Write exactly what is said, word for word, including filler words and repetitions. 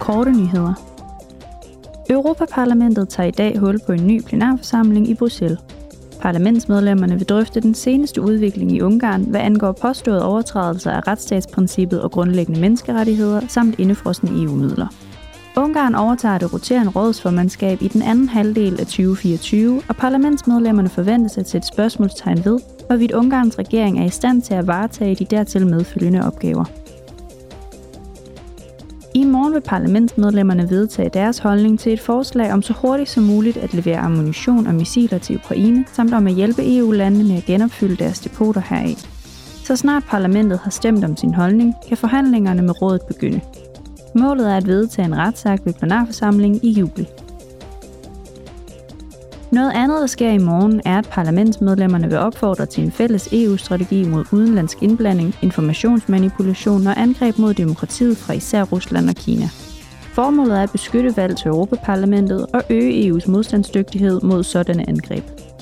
korte nyheder. Europaparlamentet tager i dag hul på en ny plenarforsamling i Bruxelles. Parlamentsmedlemmerne vil drøfte den seneste udvikling i Ungarn, hvad angår påståede overtrædelser af retsstatsprincippet og grundlæggende menneskerettigheder samt indefrosne E U-midler. Ungarn overtager det roterende rådsformandskab i den anden halvdel af tyve fireogtyve, og parlamentsmedlemmerne forventes at sætte spørgsmålstegn ved, hvorvidt Ungarns regering er i stand til at varetage de dertil medfølgende opgaver. I morgen vil parlamentsmedlemmerne vedtage deres holdning til et forslag om så hurtigt som muligt at levere ammunition og missiler til Ukraine, samt om at hjælpe E U-landene med at genopfylde deres depoter heraf. Så snart parlamentet har stemt om sin holdning, kan forhandlingerne med rådet begynde. Målet er at vedtage en retsakt ved plenarforsamlingen i juli. Noget andet, der sker i morgen, er, at parlamentsmedlemmerne vil opfordre til en fælles E U-strategi mod udenlandsk indblanding, informationsmanipulation og angreb mod demokratiet fra især Rusland og Kina. Formålet er at beskytte valg til Europaparlamentet og øge E U's modstandsdygtighed mod sådanne angreb.